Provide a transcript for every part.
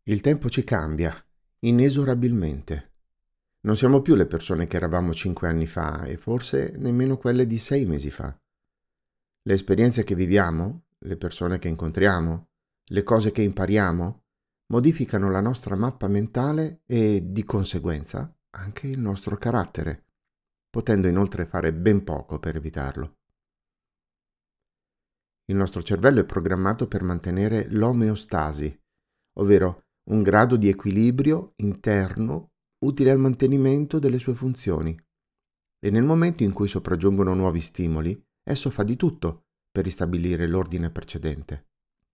Il tempo ci cambia, inesorabilmente. Non siamo più le persone che eravamo 5 anni fa e forse nemmeno quelle di 6 mesi fa. Le esperienze che viviamo, le persone che incontriamo, le cose che impariamo, modificano la nostra mappa mentale e, di conseguenza, anche il nostro carattere, potendo inoltre fare ben poco per evitarlo. Il nostro cervello è programmato per mantenere l'omeostasi, ovvero un grado di equilibrio interno utile al mantenimento delle sue funzioni. E nel momento in cui sopraggiungono nuovi stimoli, esso fa di tutto per ristabilire l'ordine precedente.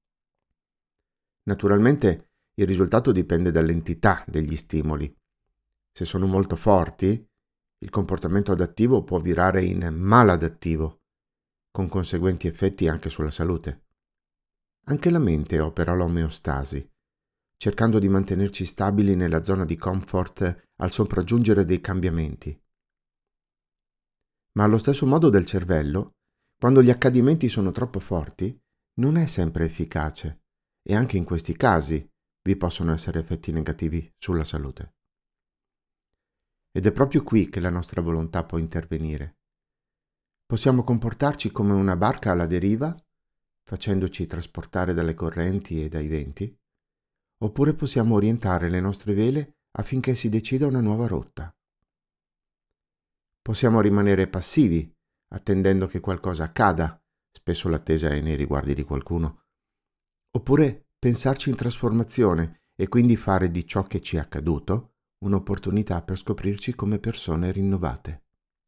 Naturalmente il risultato dipende dall'entità degli stimoli. Se sono molto forti, il comportamento adattivo può virare in maladattivo, con conseguenti effetti anche sulla salute. Anche la mente opera l'omeostasi, cercando di mantenerci stabili nella zona di comfort al sopraggiungere dei cambiamenti. Ma allo stesso modo del cervello, quando gli accadimenti sono troppo forti, non è sempre efficace e anche in questi casi vi possono essere effetti negativi sulla salute. Ed è proprio qui che la nostra volontà può intervenire. Possiamo comportarci come una barca alla deriva, facendoci trasportare dalle correnti e dai venti, oppure possiamo orientare le nostre vele affinché si decida una nuova rotta. Possiamo rimanere passivi, attendendo che qualcosa accada, spesso l'attesa è nei riguardi di qualcuno, oppure pensarci in trasformazione e quindi fare di ciò che ci è accaduto un'opportunità per scoprirci come persone rinnovate.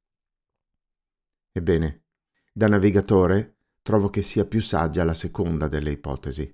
Ebbene, da navigatore trovo che sia più saggia la seconda delle ipotesi.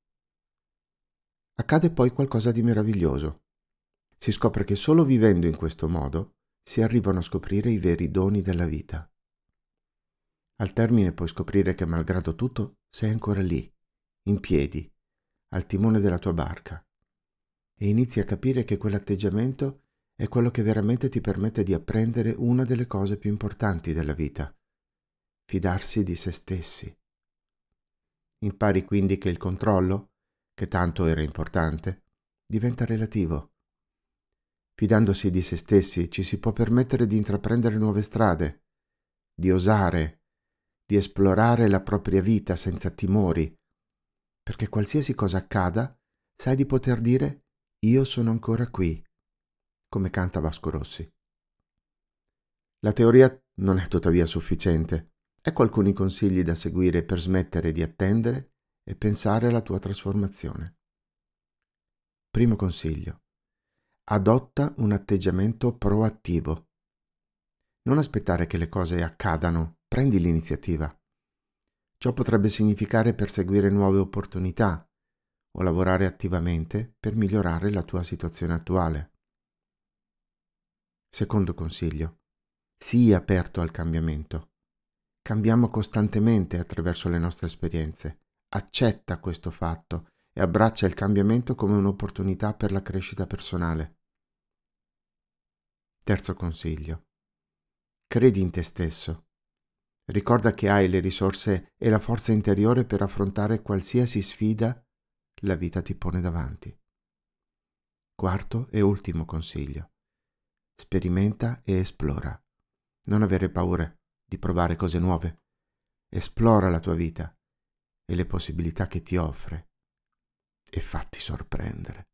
Accade poi qualcosa di meraviglioso. Si scopre che solo vivendo in questo modo si arrivano a scoprire i veri doni della vita. Al termine puoi scoprire che malgrado tutto sei ancora lì, in piedi, al timone della tua barca, e inizi a capire che quell'atteggiamento è quello che veramente ti permette di apprendere una delle cose più importanti della vita: fidarsi di se stessi. Impari quindi che il controllo, che tanto era importante, diventa relativo. Fidandosi di se stessi ci si può permettere di intraprendere nuove strade, di osare, di esplorare la propria vita senza timori, perché qualsiasi cosa accada, sai di poter dire «Io sono ancora qui», come canta Vasco Rossi. La teoria non è tuttavia sufficiente. Ecco alcuni consigli da seguire per smettere di attendere e pensare alla tua trasformazione. Primo consiglio: adotta un atteggiamento proattivo. Non aspettare che le cose accadano, prendi l'iniziativa. Ciò potrebbe significare perseguire nuove opportunità o lavorare attivamente per migliorare la tua situazione attuale. Secondo consiglio: sii aperto al cambiamento. Cambiamo costantemente attraverso le nostre esperienze. Accetta questo fatto e abbraccia il cambiamento come un'opportunità per la crescita personale. Terzo consiglio: credi in te stesso. Ricorda che hai le risorse e la forza interiore per affrontare qualsiasi sfida la vita ti pone davanti. Quarto e ultimo consiglio: sperimenta e esplora. Non avere paura di provare cose nuove. Esplora la tua vita e le possibilità che ti offre e fatti sorprendere.